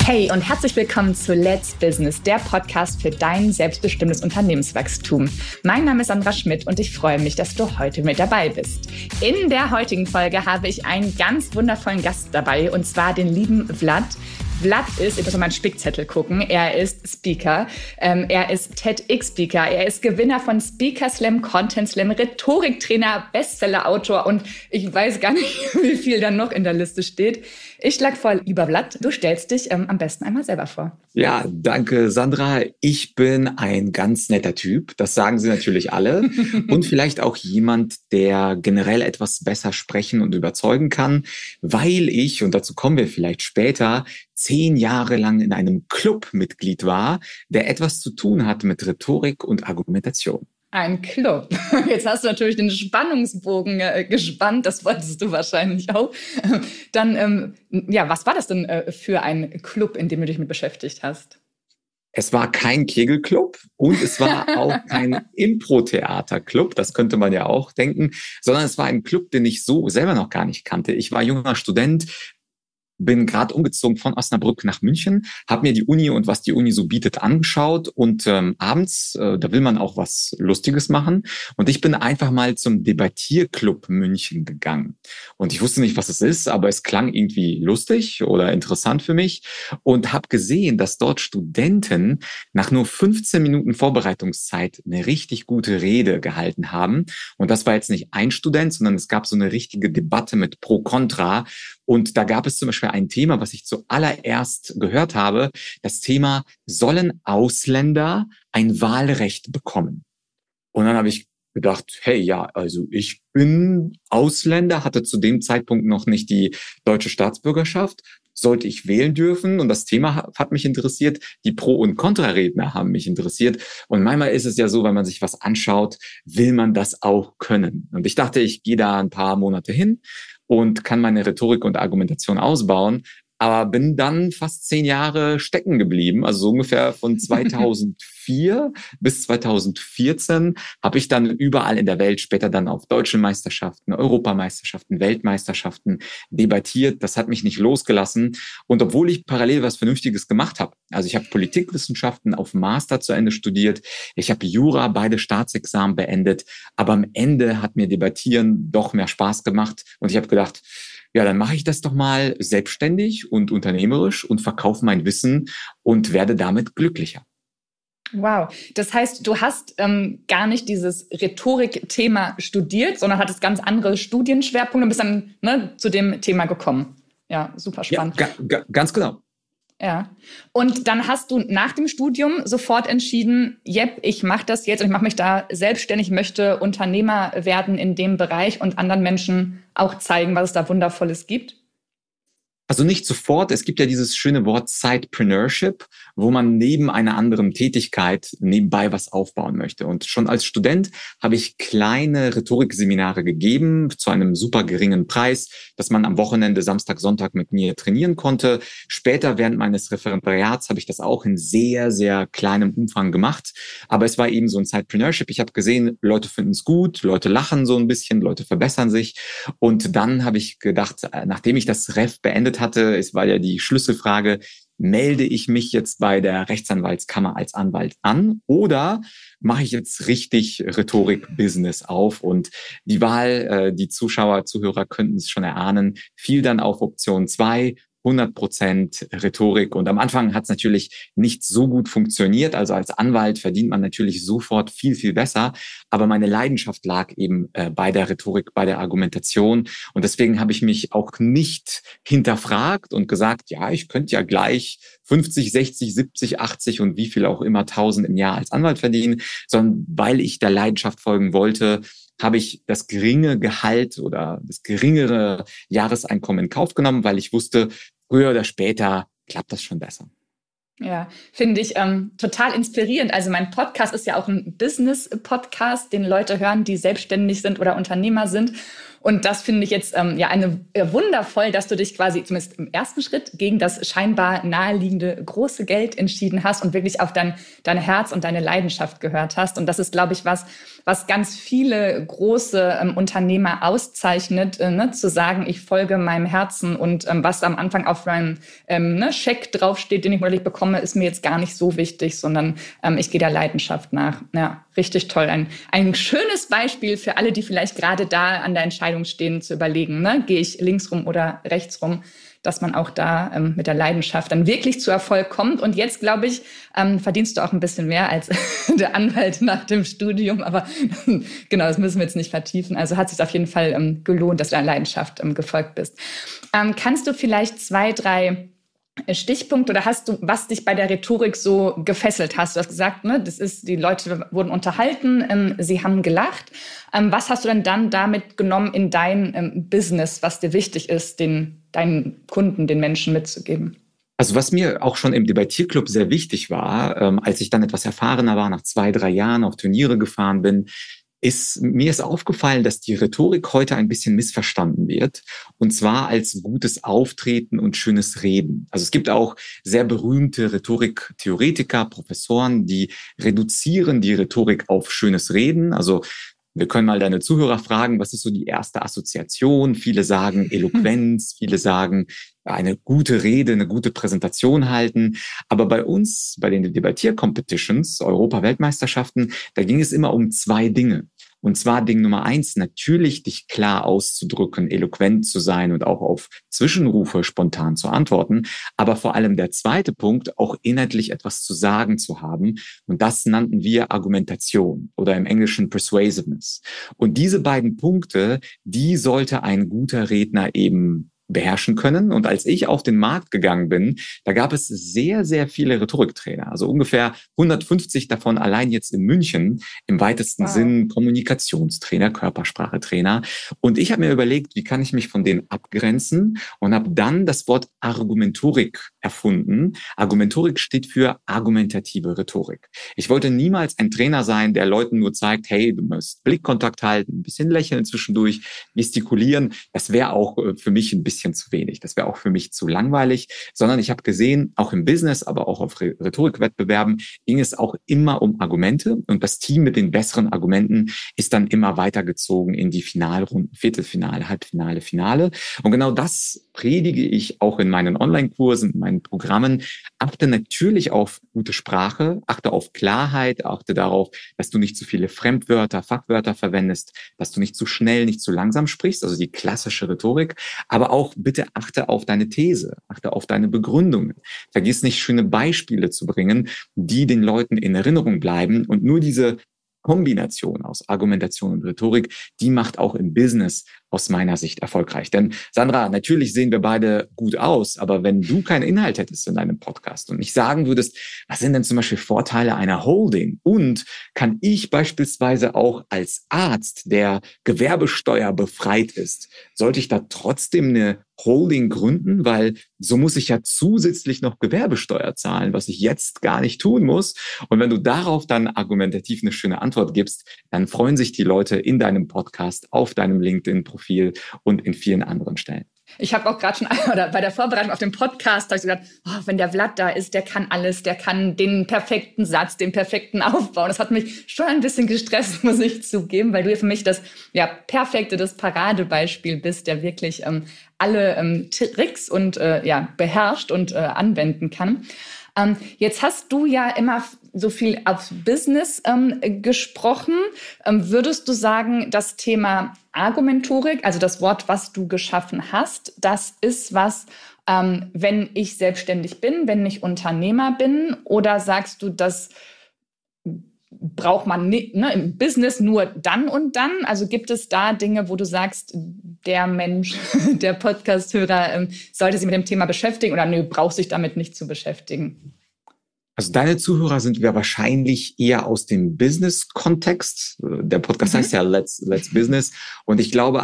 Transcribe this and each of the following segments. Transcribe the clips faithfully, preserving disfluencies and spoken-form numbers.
Hey und herzlich willkommen zu Let's Business, der Podcast für dein selbstbestimmtes Unternehmenswachstum. Mein Name ist Sandra Schmidt und ich freue mich, dass du heute mit dabei bist. In der heutigen Folge habe ich einen ganz wundervollen Gast dabei und zwar den lieben Vlad. Vlad ist, ich muss auf meinen Spickzettel gucken, er ist Speaker, ähm, er ist TEDx-Speaker, er ist Gewinner von Speaker Slam, Content Slam, Rhetoriktrainer, Bestseller-Autor und ich weiß gar nicht, wie viel da noch in der Liste steht. Ich schlage vor, lieber Vlad, du stellst dich ähm, am besten einmal selber vor. Ja, danke Sandra. Ich bin ein ganz netter Typ, das sagen sie natürlich alle und vielleicht auch jemand, der generell etwas besser sprechen und überzeugen kann, weil ich, und dazu kommen wir vielleicht später, zehn Jahre lang in einem Club Mitglied war, der etwas zu tun hat mit Rhetorik und Argumentation. Ein Club. Jetzt hast du natürlich den Spannungsbogen äh, gespannt, das wolltest du wahrscheinlich auch. Dann, ähm, ja, was war das denn äh, für ein Club, in dem du dich mit beschäftigt hast? Es war kein Kegelclub und es war auch kein Impro-Theater-Club, das könnte man ja auch denken, sondern es war ein Club, den ich so selber noch gar nicht kannte. Ich war junger Student, bin gerade umgezogen von Osnabrück nach München, habe mir die Uni und was die Uni so bietet angeschaut und ähm, abends, äh, da will man auch was Lustiges machen und ich bin einfach mal zum Debattierclub München gegangen und ich wusste nicht, was es ist, aber es klang irgendwie lustig oder interessant für mich und habe gesehen, dass dort Studenten nach nur fünfzehn Minuten Vorbereitungszeit eine richtig gute Rede gehalten haben und das war jetzt nicht ein Student, sondern es gab so eine richtige Debatte mit Pro-Contra und da gab es zum Beispiel ein Thema, was ich zuallererst gehört habe, das Thema, sollen Ausländer ein Wahlrecht bekommen? Und dann habe ich gedacht, hey, ja, also ich bin Ausländer, hatte zu dem Zeitpunkt noch nicht die deutsche Staatsbürgerschaft, sollte ich wählen dürfen? Und das Thema hat mich interessiert, die Pro- und Kontraredner haben mich interessiert. Und manchmal ist es ja so, wenn man sich was anschaut, will man das auch können. Und ich dachte, ich gehe da ein paar Monate hin und kann meine Rhetorik und Argumentation ausbauen, aber bin dann fast zehn Jahre stecken geblieben. Also so ungefähr von zweitausendvier bis zweitausendvierzehn habe ich dann überall in der Welt, später dann auf deutschen Meisterschaften, Europameisterschaften, Weltmeisterschaften debattiert. Das hat mich nicht losgelassen. Und obwohl ich parallel was Vernünftiges gemacht habe, also ich habe Politikwissenschaften auf Master zu Ende studiert, ich habe Jura, beide Staatsexamen beendet, aber am Ende hat mir Debattieren doch mehr Spaß gemacht und ich habe gedacht, ja, dann mache ich das doch mal selbstständig und unternehmerisch und verkaufe mein Wissen und werde damit glücklicher. Wow, das heißt, du hast ähm, gar nicht dieses Rhetorik-Thema studiert, sondern hattest ganz andere Studienschwerpunkte und bist dann ne, zu dem Thema gekommen. Ja, super spannend. Ja, ga, ga, ganz genau. Ja. Und dann hast du nach dem Studium sofort entschieden, jep, ich mache das jetzt und ich mache mich da selbstständig, möchte Unternehmer werden in dem Bereich und anderen Menschen auch zeigen, was es da Wundervolles gibt? Also nicht sofort. Es gibt ja dieses schöne Wort Sidepreneurship, wo man neben einer anderen Tätigkeit nebenbei was aufbauen möchte. Und schon als Student habe ich kleine Rhetorikseminare gegeben zu einem super geringen Preis, dass man am Wochenende, Samstag, Sonntag mit mir trainieren konnte. Später während meines Referendariats habe ich das auch in sehr, sehr kleinem Umfang gemacht. Aber es war eben so ein Sidepreneurship. Ich habe gesehen, Leute finden es gut, Leute lachen so ein bisschen, Leute verbessern sich. Und dann habe ich gedacht, nachdem ich das Ref beendet hatte, es war ja die Schlüsselfrage, melde ich mich jetzt bei der Rechtsanwaltskammer als Anwalt an oder mache ich jetzt richtig Rhetorik-Business auf? Und die Wahl, die Zuschauer, Zuhörer könnten es schon erahnen, fiel dann auf Option zwei, hundert Prozent Rhetorik. Und am Anfang hat es natürlich nicht so gut funktioniert. Also als Anwalt verdient man natürlich sofort viel, viel besser. Aber meine Leidenschaft lag eben äh, bei der Rhetorik, bei der Argumentation. Und deswegen habe ich mich auch nicht hinterfragt und gesagt, ja, ich könnte ja gleich fünfzig, sechzig, siebzig, achtzig und wie viel auch immer tausend im Jahr als Anwalt verdienen, sondern weil ich der Leidenschaft folgen wollte, habe ich das geringe Gehalt oder das geringere Jahreseinkommen in Kauf genommen, weil ich wusste, früher oder später klappt das schon besser. Ja, finde ich ähm, total inspirierend. Also mein Podcast ist ja auch ein Business-Podcast, den Leute hören, die selbstständig sind oder Unternehmer sind. Und das finde ich jetzt ähm, ja eine äh, wundervoll, dass du dich quasi zumindest im ersten Schritt gegen das scheinbar naheliegende große Geld entschieden hast und wirklich auf dein, dein Herz und deine Leidenschaft gehört hast. Und das ist, glaube ich, was, was ganz viele große ähm, Unternehmer auszeichnet, äh, ne? Zu sagen, ich folge meinem Herzen und ähm, was am Anfang auf meinem ähm, ne, Scheck draufsteht, den ich monatlich bekomme, ist mir jetzt gar nicht so wichtig, sondern ähm, ich gehe der Leidenschaft nach. Ja, richtig toll. Ein, ein schönes Beispiel für alle, die vielleicht gerade da an der Entscheidung stehen, zu überlegen, ne? Gehe ich links rum oder rechts rum, dass man auch da ähm, mit der Leidenschaft dann wirklich zu Erfolg kommt. Und jetzt, glaube ich, ähm, verdienst du auch ein bisschen mehr als der Anwalt nach dem Studium. Aber genau, das müssen wir jetzt nicht vertiefen. Also hat es sich auf jeden Fall ähm, gelohnt, dass du deiner Leidenschaft ähm, gefolgt bist. Ähm, kannst du vielleicht zwei, drei Stichpunkt oder hast du, was dich bei der Rhetorik so gefesselt hast? Du hast gesagt, ne, das ist, die Leute wurden unterhalten, ähm, sie haben gelacht. Ähm, was hast du denn dann damit genommen in dein ähm, Business, was dir wichtig ist, den, deinen Kunden, den Menschen mitzugeben? Also was mir auch schon im Debattierclub sehr wichtig war, ähm, als ich dann etwas erfahrener war, nach zwei, drei Jahren auf Turniere gefahren bin, ist, mir ist aufgefallen, dass die Rhetorik heute ein bisschen missverstanden wird. Und zwar als gutes Auftreten und schönes Reden. Also es gibt auch sehr berühmte Rhetoriktheoretiker, Professoren, die reduzieren die Rhetorik auf schönes Reden. Also wir können mal deine Zuhörer fragen, was ist so die erste Assoziation? Viele sagen Eloquenz, viele sagen eine gute Rede, eine gute Präsentation halten. Aber bei uns, bei den Debattier-Competitions, Europa-Weltmeisterschaften, da ging es immer um zwei Dinge. Und zwar Ding Nummer eins, natürlich dich klar auszudrücken, eloquent zu sein und auch auf Zwischenrufe spontan zu antworten. Aber vor allem der zweite Punkt, auch inhaltlich etwas zu sagen zu haben. Und das nannten wir Argumentation oder im Englischen Persuasiveness. Und diese beiden Punkte, die sollte ein guter Redner eben beherrschen können. Und als ich auf den Markt gegangen bin, da gab es sehr, sehr viele Rhetoriktrainer. Also ungefähr hundertfünfzig davon allein jetzt in München, im weitesten wow. Sinn Kommunikationstrainer, Körpersprachetrainer. Und ich habe mir überlegt, wie kann ich mich von denen abgrenzen und habe dann das Wort Argumentorik erfunden. Argumentorik steht für argumentative Rhetorik. Ich wollte niemals ein Trainer sein, der Leuten nur zeigt, hey, du musst Blickkontakt halten, ein bisschen lächeln zwischendurch, gestikulieren. Das wäre auch für mich ein bisschen zu wenig. Das wäre auch für mich zu langweilig, sondern ich habe gesehen, auch im Business, aber auch auf Rhetorikwettbewerben ging es auch immer um Argumente und das Team mit den besseren Argumenten ist dann immer weitergezogen in die Finalrunden, Viertelfinale, Halbfinale, Finale. Und genau das predige ich auch in meinen Online-Kursen, in meinen Programmen. Achte natürlich auf gute Sprache, achte auf Klarheit, achte darauf, dass du nicht zu viele Fremdwörter, Fachwörter verwendest, dass du nicht zu schnell, nicht zu langsam sprichst, also die klassische Rhetorik, aber auch bitte achte auf deine These, achte auf deine Begründungen. Vergiss nicht, schöne Beispiele zu bringen, die den Leuten in Erinnerung bleiben. Und nur diese Kombination aus Argumentation und Rhetorik, die macht auch im Business aus meiner Sicht erfolgreich. Denn Sandra, natürlich sehen wir beide gut aus, aber wenn du keinen Inhalt hättest in deinem Podcast und nicht sagen würdest, was sind denn zum Beispiel Vorteile einer Holding? Und kann ich beispielsweise auch als Arzt, der Gewerbesteuer befreit ist, sollte ich da trotzdem eine Holding gründen, weil so muss ich ja zusätzlich noch Gewerbesteuer zahlen, was ich jetzt gar nicht tun muss. Und wenn du darauf dann argumentativ eine schöne Antwort gibst, dann freuen sich die Leute in deinem Podcast, auf deinem LinkedIn-Profil und in vielen anderen Stellen. Ich habe auch gerade schon oder bei der Vorbereitung auf den Podcast habe ich so gedacht, oh, wenn der Vlad da ist, der kann alles, der kann den perfekten Satz, den perfekten Aufbau. Das hat mich schon ein bisschen gestresst, muss ich zugeben, weil du ja für mich das ja perfekte, das Paradebeispiel bist, der wirklich ähm, alle ähm, Tricks und äh, ja beherrscht und äh, anwenden kann. Ähm, jetzt hast du ja immer so viel aufs Business ähm, gesprochen. Ähm, würdest du sagen, das Thema Argumentorik, also das Wort, was du geschaffen hast, das ist was, ähm, wenn ich selbstständig bin, wenn ich Unternehmer bin? Oder sagst du, das braucht man nicht, ne, im Business nur dann und dann? Also gibt es da Dinge, wo du sagst, der Mensch, der Podcast-Hörer ähm, sollte sich mit dem Thema beschäftigen oder nö, braucht sich damit nicht zu beschäftigen? Also deine Zuhörer sind wir wahrscheinlich eher aus dem Business-Kontext. Der Podcast mhm. heißt ja Let's, Let's Business. Und ich glaube, als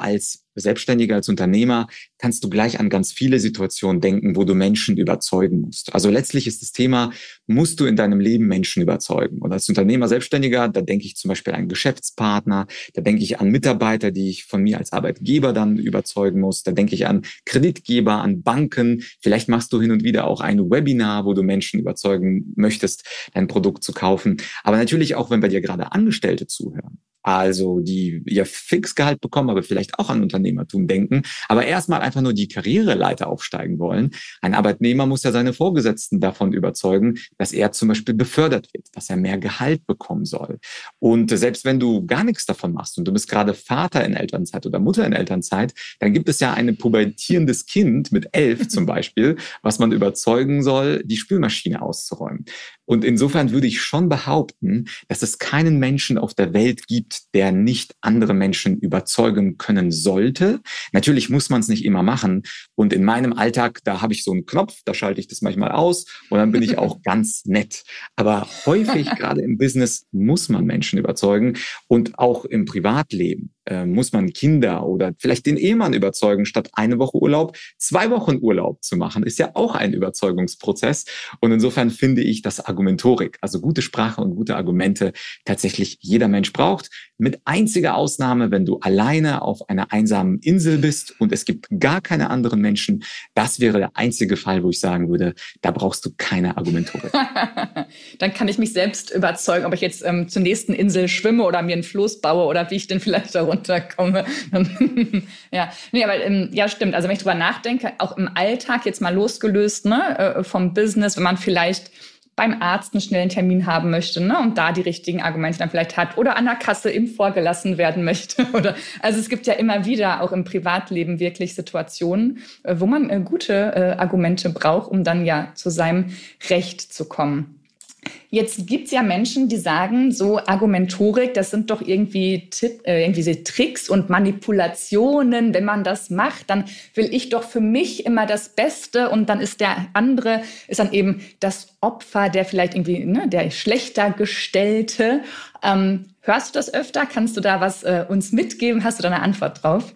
Selbstständiger, als Unternehmer kannst du gleich an ganz viele Situationen denken, wo du Menschen überzeugen musst. Also letztlich ist das Thema, musst du in deinem Leben Menschen überzeugen? Und als Unternehmer, Selbstständiger, da denke ich zum Beispiel an Geschäftspartner, da denke ich an Mitarbeiter, die ich von mir als Arbeitgeber dann überzeugen muss, da denke ich an Kreditgeber, an Banken. Vielleicht machst du hin und wieder auch ein Webinar, wo du Menschen überzeugen möchtest, dein Produkt zu kaufen. Aber natürlich auch, wenn bei dir gerade Angestellte zuhören. Also die ihr Fixgehalt bekommen, aber vielleicht auch an Unternehmertum denken, aber erstmal einfach nur die Karriereleiter aufsteigen wollen. Ein Arbeitnehmer muss ja seine Vorgesetzten davon überzeugen, dass er zum Beispiel befördert wird, dass er mehr Gehalt bekommen soll. Und selbst wenn du gar nichts davon machst und du bist gerade Vater in Elternzeit oder Mutter in Elternzeit, dann gibt es ja ein pubertierendes Kind mit elf zum Beispiel, was man überzeugen soll, die Spülmaschine auszuräumen. Und insofern würde ich schon behaupten, dass es keinen Menschen auf der Welt gibt, der nicht andere Menschen überzeugen können sollte. Natürlich muss man es nicht immer machen. Und in meinem Alltag, da habe ich so einen Knopf, da schalte ich das manchmal aus und dann bin ich auch ganz nett. Aber häufig, gerade im Business, muss man Menschen überzeugen und auch im Privatleben. Äh, muss man Kinder oder vielleicht den Ehemann überzeugen, statt eine Woche Urlaub, zwei Wochen Urlaub zu machen, ist ja auch ein Überzeugungsprozess. Und insofern finde ich, dass Argumentorik, also gute Sprache und gute Argumente, tatsächlich jeder Mensch braucht. Mit einziger Ausnahme, wenn du alleine auf einer einsamen Insel bist und es gibt gar keine anderen Menschen, das wäre der einzige Fall, wo ich sagen würde, da brauchst du keine Argumentorik. Dann kann ich mich selbst überzeugen, ob ich jetzt ähm, zur nächsten Insel schwimme oder mir ein Floß baue oder wie ich denn vielleicht da runterkomme. ja, nee, aber ähm, ja, stimmt. Also wenn ich drüber nachdenke, auch im Alltag jetzt mal losgelöst, ne, äh, vom Business, wenn man vielleicht beim Arzt einen schnellen Termin haben möchte, ne, und da die richtigen Argumente dann vielleicht hat oder an der Kasse eben vorgelassen werden möchte. Oder also es gibt ja immer wieder auch im Privatleben wirklich Situationen, äh, wo man äh, gute äh, Argumente braucht, um dann ja zu seinem Recht zu kommen. Jetzt gibt's ja Menschen, die sagen, so Argumentorik, das sind doch irgendwie, Tipp, äh, irgendwie so Tricks und Manipulationen. Wenn man das macht, dann will ich doch für mich immer das Beste und dann ist der andere, ist dann eben das Opfer, der vielleicht irgendwie, ne, der schlechter Gestellte. Ähm, hörst du das öfter? Kannst du da was äh, uns mitgeben? Hast du da eine Antwort drauf?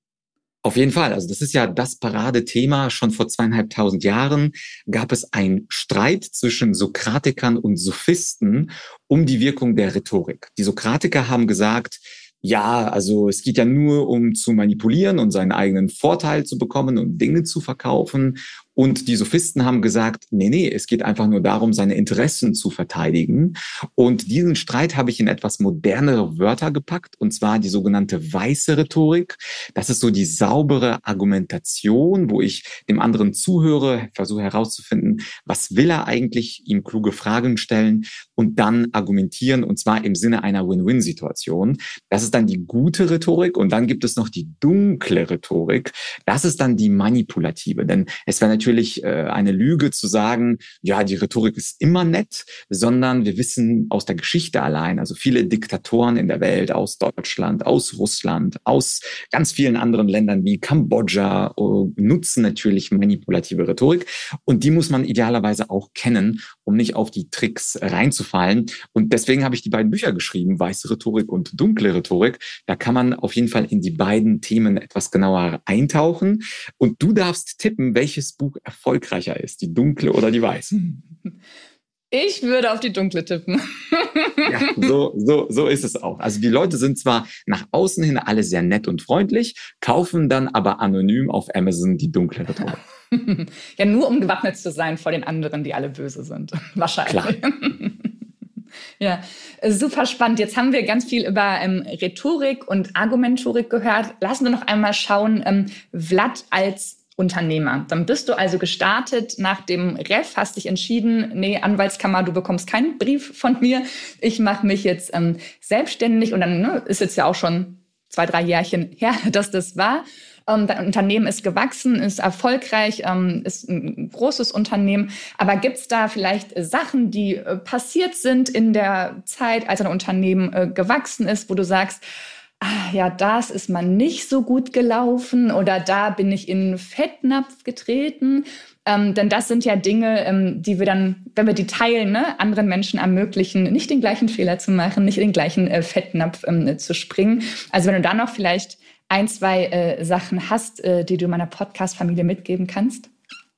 Auf jeden Fall. Also das ist ja das Paradethema. Schon vor zweieinhalbtausend Jahren gab es einen Streit zwischen Sokratikern und Sophisten um die Wirkung der Rhetorik. Die Sokratiker haben gesagt, ja, also es geht ja nur um zu manipulieren und seinen eigenen Vorteil zu bekommen und Dinge zu verkaufen. Und die Sophisten haben gesagt, nee, nee, es geht einfach nur darum, seine Interessen zu verteidigen. Und diesen Streit habe ich in etwas modernere Wörter gepackt, und zwar die sogenannte weiße Rhetorik. Das ist so die saubere Argumentation, wo ich dem anderen zuhöre, versuche herauszufinden, was will er eigentlich, ihm kluge Fragen stellen und dann argumentieren, und zwar im Sinne einer Win-Win-Situation. Das ist dann die gute Rhetorik, und dann gibt es noch die dunkle Rhetorik. Das ist dann die manipulative, denn es wäre natürlich natürlich eine Lüge zu sagen, ja, die Rhetorik ist immer nett, sondern wir wissen aus der Geschichte allein, also viele Diktatoren in der Welt, aus Deutschland, aus Russland, aus ganz vielen anderen Ländern wie Kambodscha, nutzen natürlich manipulative Rhetorik, und die muss man idealerweise auch kennen, um nicht auf die Tricks reinzufallen. Und deswegen habe ich die beiden Bücher geschrieben, Weiße Rhetorik und Dunkle Rhetorik. Da kann man auf jeden Fall in die beiden Themen etwas genauer eintauchen. Und du darfst tippen, welches Buch erfolgreicher ist, die dunkle oder die weiße? Ich würde auf die dunkle tippen. Ja, so, so, so ist es auch. Also die Leute sind zwar nach außen hin alle sehr nett und freundlich, kaufen dann aber anonym auf Amazon die dunkle Rhetorik. Ja, nur um gewappnet zu sein vor den anderen, die alle böse sind. Wahrscheinlich. Klar. Ja, super spannend. Jetzt haben wir ganz viel über ähm, Rhetorik und Argumentorik gehört. Lassen wir noch einmal schauen, ähm, Vlad als Unternehmer. Dann bist du also gestartet nach dem Ref, hast dich entschieden, nee, Anwaltskammer, du bekommst keinen Brief von mir. Ich mache mich jetzt ähm, selbstständig, und dann ne, ist jetzt ja auch schon zwei, drei Jährchen her, dass das war. Ähm, dein Unternehmen ist gewachsen, ist erfolgreich, ähm, ist ein großes Unternehmen. Aber gibt's da vielleicht Sachen, die äh, passiert sind in der Zeit, als dein Unternehmen äh, gewachsen ist, wo du sagst, ah, ja, das ist mal nicht so gut gelaufen oder da bin ich in einen Fettnapf getreten. Ähm, denn das sind ja Dinge, ähm, die wir dann, wenn wir die teilen, ne, anderen Menschen ermöglichen, nicht den gleichen Fehler zu machen, nicht in den gleichen äh, Fettnapf ähm, zu springen. Also wenn du da noch vielleicht ein, zwei äh, Sachen hast, äh, die du meiner Podcast-Familie mitgeben kannst?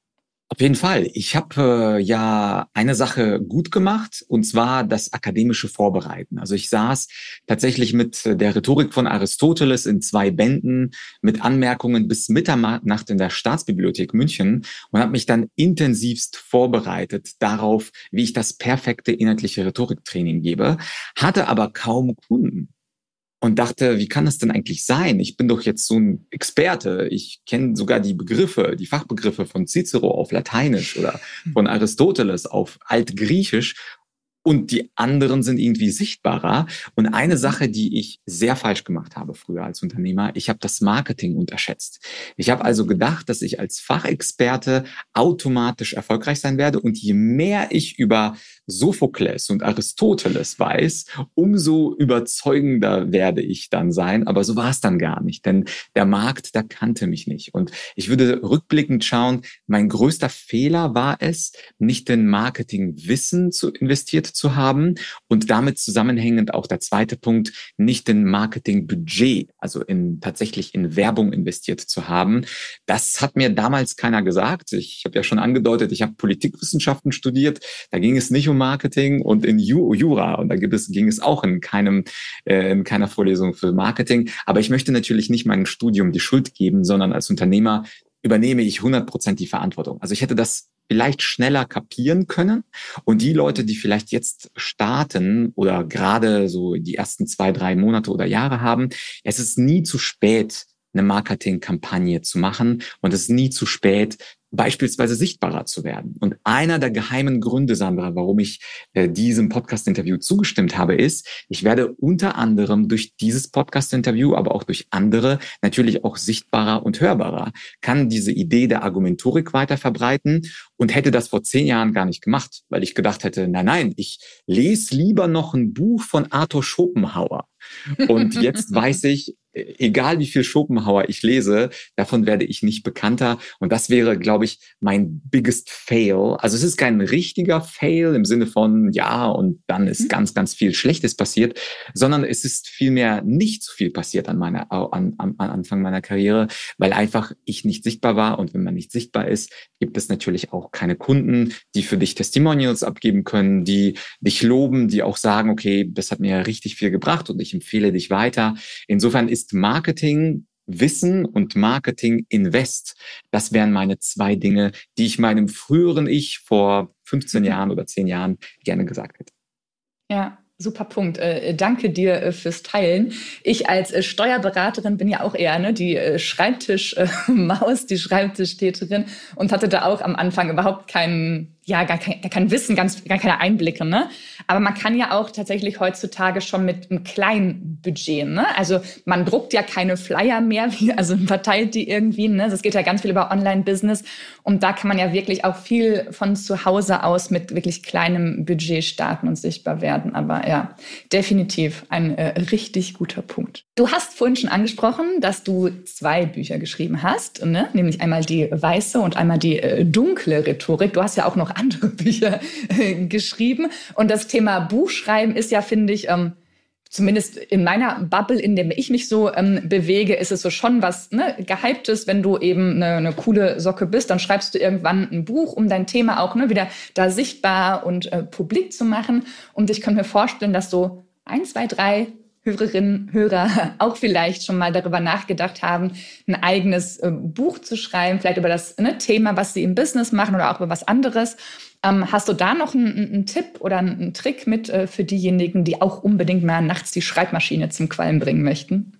Auf jeden Fall. Ich habe äh, ja eine Sache gut gemacht, und zwar das akademische Vorbereiten. Also ich saß tatsächlich mit der Rhetorik von Aristoteles in zwei Bänden mit Anmerkungen bis Mitternacht in der Staatsbibliothek München und habe mich dann intensivst vorbereitet darauf, wie ich das perfekte inhaltliche Rhetoriktraining gebe, hatte aber kaum Kunden. Und dachte, wie kann das denn eigentlich sein? Ich bin doch jetzt so ein Experte. Ich kenne sogar die Begriffe, die Fachbegriffe von Cicero auf Lateinisch oder von Aristoteles auf Altgriechisch. Und die anderen sind irgendwie sichtbarer. Und eine Sache, die ich sehr falsch gemacht habe früher als Unternehmer, ich habe das Marketing unterschätzt. Ich habe also gedacht, dass ich als Fachexperte automatisch erfolgreich sein werde. Und je mehr ich über Sophokles und Aristoteles weiß, umso überzeugender werde ich dann sein. Aber so war es dann gar nicht, denn der Markt, der kannte mich nicht. Und ich würde rückblickend schauen, mein größter Fehler war es, nicht in Marketingwissen zu investieren zu haben und damit zusammenhängend auch der zweite Punkt, nicht in Marketingbudget, also in tatsächlich in Werbung investiert zu haben. Das hat mir damals keiner gesagt. Ich habe ja schon angedeutet, ich habe Politikwissenschaften studiert. Da ging es nicht um Marketing, und in Jura, und da gibt es, ging es auch in keinem, äh, in keiner Vorlesung für Marketing. Aber ich möchte natürlich nicht meinem Studium die Schuld geben, sondern als Unternehmer übernehme ich hundert Prozent die Verantwortung. Also ich hätte das vielleicht schneller kapieren können. Und die Leute, die vielleicht jetzt starten oder gerade so die ersten zwei, drei Monate oder Jahre haben, es ist nie zu spät, eine Marketingkampagne zu machen, und es ist nie zu spät, beispielsweise sichtbarer zu werden. Und einer der geheimen Gründe, Sandra, warum ich äh, diesem Podcast-Interview zugestimmt habe, ist, ich werde unter anderem durch dieses Podcast-Interview, aber auch durch andere natürlich auch sichtbarer und hörbarer, kann diese Idee der Argumentorik weiter verbreiten, und hätte das vor zehn Jahren gar nicht gemacht, weil ich gedacht hätte, nein, nein, ich lese lieber noch ein Buch von Arthur Schopenhauer. Und jetzt weiß ich, egal wie viel Schopenhauer ich lese, davon werde ich nicht bekannter. Und das wäre, glaube ich, mein biggest fail. Also es ist kein richtiger Fail im Sinne von, ja, und dann ist ganz, ganz viel Schlechtes passiert, sondern es ist vielmehr nicht so viel passiert an meiner, an, an, an Anfang meiner Karriere, weil einfach ich nicht sichtbar war. Und wenn man nicht sichtbar ist, gibt es natürlich auch keine Kunden, die für dich Testimonials abgeben können, die dich loben, die auch sagen, okay, das hat mir richtig viel gebracht und ich empfehle dich weiter. Insofern ist Marketing Wissen und Marketing Invest, das wären meine zwei Dinge, die ich meinem früheren Ich vor fünfzehn Jahren oder zehn Jahren gerne gesagt hätte. Ja. Super Punkt. Äh, danke dir äh, fürs Teilen. Ich als äh, Steuerberaterin bin ja auch eher ne, die äh, Schreibtischmaus, die Schreibtischtäterin, und hatte da auch am Anfang überhaupt keinen, ja, gar kein, gar kein Wissen, ganz, gar keine Einblicke. Ne? Aber man kann ja auch tatsächlich heutzutage schon mit einem kleinen Budget. Ne? Also man druckt ja keine Flyer mehr, wie, also verteilt die irgendwie. Ne? Das geht ja ganz viel über Online-Business. Und da kann man ja wirklich auch viel von zu Hause aus mit wirklich kleinem Budget starten und sichtbar werden. Aber ja, definitiv ein äh, richtig guter Punkt. Du hast vorhin schon angesprochen, dass du zwei Bücher geschrieben hast, ne? Nämlich einmal die weiße und einmal die äh, dunkle Rhetorik. Du hast ja auch noch andere Bücher äh, geschrieben. Und das Thema Buchschreiben ist ja, finde ich, ähm, zumindest in meiner Bubble, in der ich mich so ähm, bewege, ist es so schon was ne, Gehyptes, wenn du eben eine, eine coole Socke bist, dann schreibst du irgendwann ein Buch, um dein Thema auch ne, wieder da sichtbar und äh, publik zu machen. Und ich kann mir vorstellen, dass so ein, zwei, drei Hörerinnen, Hörer auch vielleicht schon mal darüber nachgedacht haben, ein eigenes äh, Buch zu schreiben, vielleicht über das ne, Thema, was sie im Business machen oder auch über was anderes. Ähm, hast du da noch einen, einen Tipp oder einen, einen Trick mit äh, für diejenigen, die auch unbedingt mal nachts die Schreibmaschine zum Qualmen bringen möchten?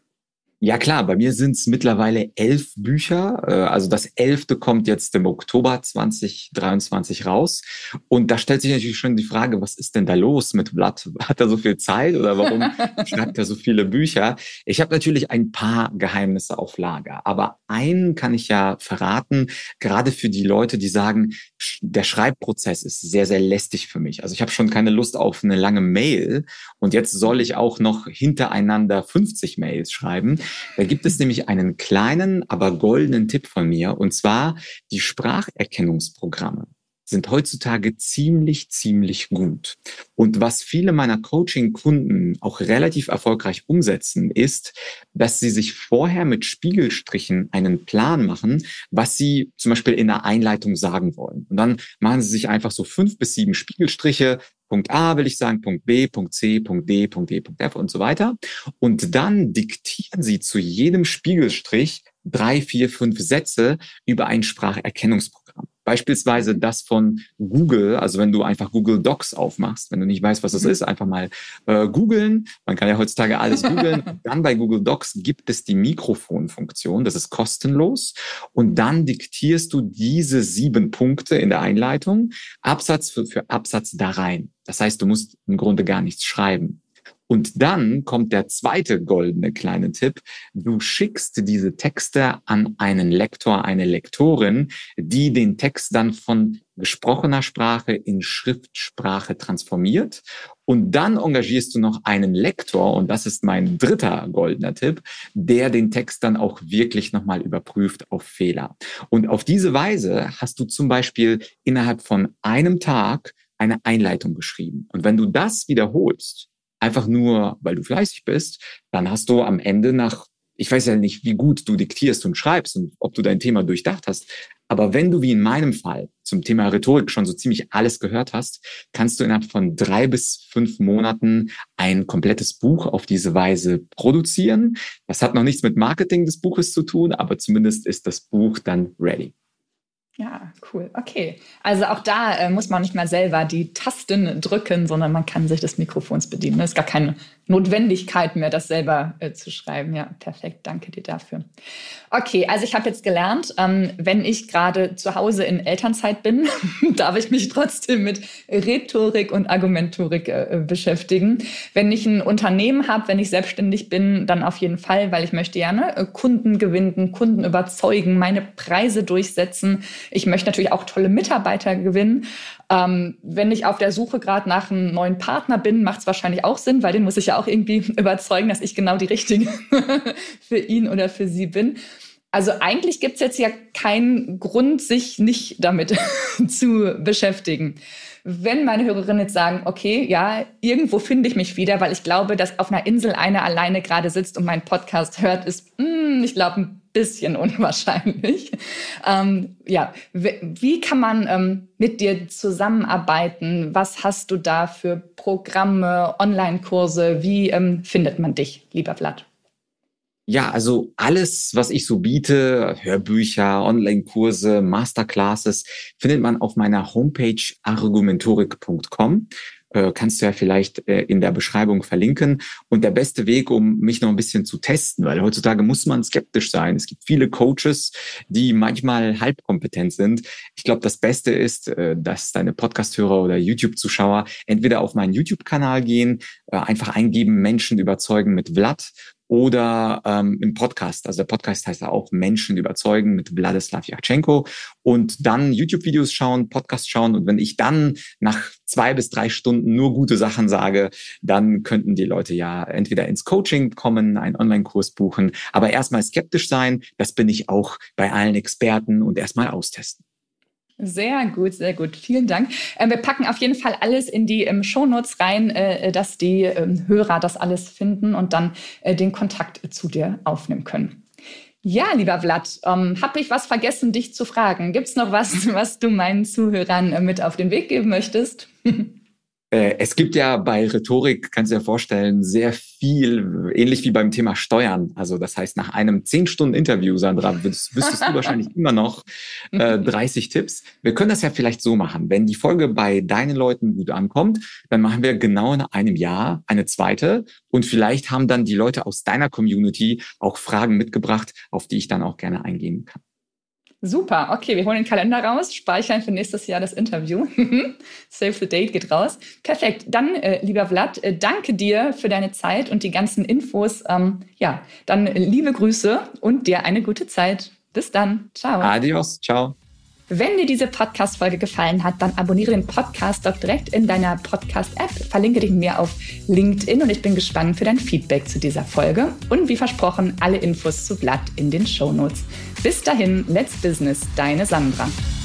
Ja klar, bei mir sind es mittlerweile elf Bücher. Also das elfte kommt jetzt im Oktober zwanzig dreiundzwanzig raus. Und da stellt sich natürlich schon die Frage, was ist denn da los mit Vlad? Hat er so viel Zeit oder warum schreibt er so viele Bücher? Ich habe natürlich ein paar Geheimnisse auf Lager. Aber einen kann ich ja verraten, gerade für die Leute, die sagen, der Schreibprozess ist sehr, sehr lästig für mich. Also ich habe schon keine Lust auf eine lange Mail. Und jetzt soll ich auch noch hintereinander fünfzig Mails schreiben. Da gibt es nämlich einen kleinen, aber goldenen Tipp von mir, und zwar die Spracherkennungsprogramme. sind heutzutage ziemlich, ziemlich gut. Und was viele meiner Coaching-Kunden auch relativ erfolgreich umsetzen, ist, dass sie sich vorher mit Spiegelstrichen einen Plan machen, was sie zum Beispiel in einer Einleitung sagen wollen. Und dann machen sie sich einfach so fünf bis sieben Spiegelstriche. Punkt A will ich sagen, Punkt B, Punkt C, Punkt D, Punkt E, Punkt F und so weiter. Und dann diktieren sie zu jedem Spiegelstrich drei, vier, fünf Sätze über ein Spracherkennungsprogramm. Beispielsweise das von Google, also wenn du einfach Google Docs aufmachst, wenn du nicht weißt, was das ist, einfach mal äh, googeln. Man kann ja heutzutage alles googeln. Dann bei Google Docs gibt es die Mikrofonfunktion, das ist kostenlos. Und dann diktierst du diese sieben Punkte in der Einleitung Absatz für, für Absatz da rein. Das heißt, du musst im Grunde gar nichts schreiben. Und dann kommt der zweite goldene kleine Tipp. Du schickst diese Texte an einen Lektor, eine Lektorin, die den Text dann von gesprochener Sprache in Schriftsprache transformiert. Und dann engagierst du noch einen Lektor, und das ist mein dritter goldener Tipp, der den Text dann auch wirklich nochmal überprüft auf Fehler. Und auf diese Weise hast du zum Beispiel innerhalb von einem Tag eine Einleitung geschrieben. Und wenn du das wiederholst, einfach nur, weil du fleißig bist, dann hast du am Ende nach, ich weiß ja nicht, wie gut du diktierst und schreibst und ob du dein Thema durchdacht hast, aber wenn du wie in meinem Fall zum Thema Rhetorik schon so ziemlich alles gehört hast, kannst du innerhalb von drei bis fünf Monaten ein komplettes Buch auf diese Weise produzieren. Das hat noch nichts mit Marketing des Buches zu tun, aber zumindest ist das Buch dann ready. Ja, cool. Okay. Also auch da äh, muss man nicht mal selber die Tasten drücken, sondern man kann sich des Mikrofons bedienen. Es ist gar keine Notwendigkeit mehr, das selber äh, zu schreiben. Ja, perfekt. Danke dir dafür. Okay, also ich habe jetzt gelernt, ähm, wenn ich gerade zu Hause in Elternzeit bin, darf ich mich trotzdem mit Rhetorik und Argumentorik äh, beschäftigen. Wenn ich ein Unternehmen habe, wenn ich selbstständig bin, dann auf jeden Fall, weil ich möchte ja ne, äh, Kunden gewinnen, Kunden überzeugen, meine Preise durchsetzen. Ich möchte natürlich auch tolle Mitarbeiter gewinnen. Ähm, wenn ich auf der Suche gerade nach einem neuen Partner bin, macht es wahrscheinlich auch Sinn, weil den muss ich ja auch irgendwie überzeugen, dass ich genau die Richtige für ihn oder für sie bin. Also eigentlich gibt es jetzt ja keinen Grund, sich nicht damit zu beschäftigen. Wenn meine Hörerinnen jetzt sagen, okay, ja, irgendwo finde ich mich wieder, weil ich glaube, dass auf einer Insel einer alleine gerade sitzt und meinen Podcast hört, ist, mh, ich glaube, ein bisschen unwahrscheinlich. Ähm, ja, wie kann man ähm, mit dir zusammenarbeiten? Was hast du da für Programme, Online-Kurse? Wie ähm, findet man dich, lieber Vlad? Ja, also alles, was ich so biete, Hörbücher, Online-Kurse, Masterclasses, findet man auf meiner Homepage argumentorik punkt com. Äh, kannst du ja vielleicht äh, in der Beschreibung verlinken. Und der beste Weg, um mich noch ein bisschen zu testen, weil heutzutage muss man skeptisch sein. Es gibt viele Coaches, die manchmal halbkompetent sind. Ich glaube, das Beste ist, äh, dass deine Podcast-Hörer oder YouTube-Zuschauer entweder auf meinen YouTube-Kanal gehen, äh, einfach eingeben, Menschen überzeugen mit Vlad, oder ähm, im Podcast. Also der Podcast heißt ja auch Menschen überzeugen mit Wladislav Yachchenko. Und dann YouTube-Videos schauen, Podcast schauen. Und wenn ich dann nach zwei bis drei Stunden nur gute Sachen sage, dann könnten die Leute ja entweder ins Coaching kommen, einen Online-Kurs buchen. Aber erstmal skeptisch sein, das bin ich auch bei allen Experten, und erstmal austesten. Sehr gut, sehr gut. Vielen Dank. Äh, wir packen auf jeden Fall alles in die ähm, Shownotes rein, äh, dass die ähm, Hörer das alles finden und dann äh, den Kontakt zu dir aufnehmen können. Ja, lieber Vlad, ähm, habe ich was vergessen, dich zu fragen? Gibt es noch was, was du meinen Zuhörern äh, mit auf den Weg geben möchtest? Es gibt ja bei Rhetorik, kannst du dir vorstellen, sehr viel, ähnlich wie beim Thema Steuern. Also das heißt, nach einem zehn Stunden Interview, Sandra, wüsstest, wüsstest du wahrscheinlich immer noch äh, dreißig Tipps. Wir können das ja vielleicht so machen. Wenn die Folge bei deinen Leuten gut ankommt, dann machen wir genau in einem Jahr eine zweite. Und vielleicht haben dann die Leute aus deiner Community auch Fragen mitgebracht, auf die ich dann auch gerne eingehen kann. Super, okay, wir holen den Kalender raus, speichern für nächstes Jahr das Interview. Save the date geht raus. Perfekt, dann, äh, lieber Vlad, äh, danke dir für deine Zeit und die ganzen Infos. Ähm, ja, dann äh, liebe Grüße und dir eine gute Zeit. Bis dann, ciao. Adios, ciao. Wenn dir diese Podcast-Folge gefallen hat, dann abonniere den Podcast doch direkt in deiner Podcast-App, verlinke dich mir auf LinkedIn und ich bin gespannt für dein Feedback zu dieser Folge. Und wie versprochen, alle Infos zu Vlad in den Shownotes. Bis dahin, let's business, deine Sandra.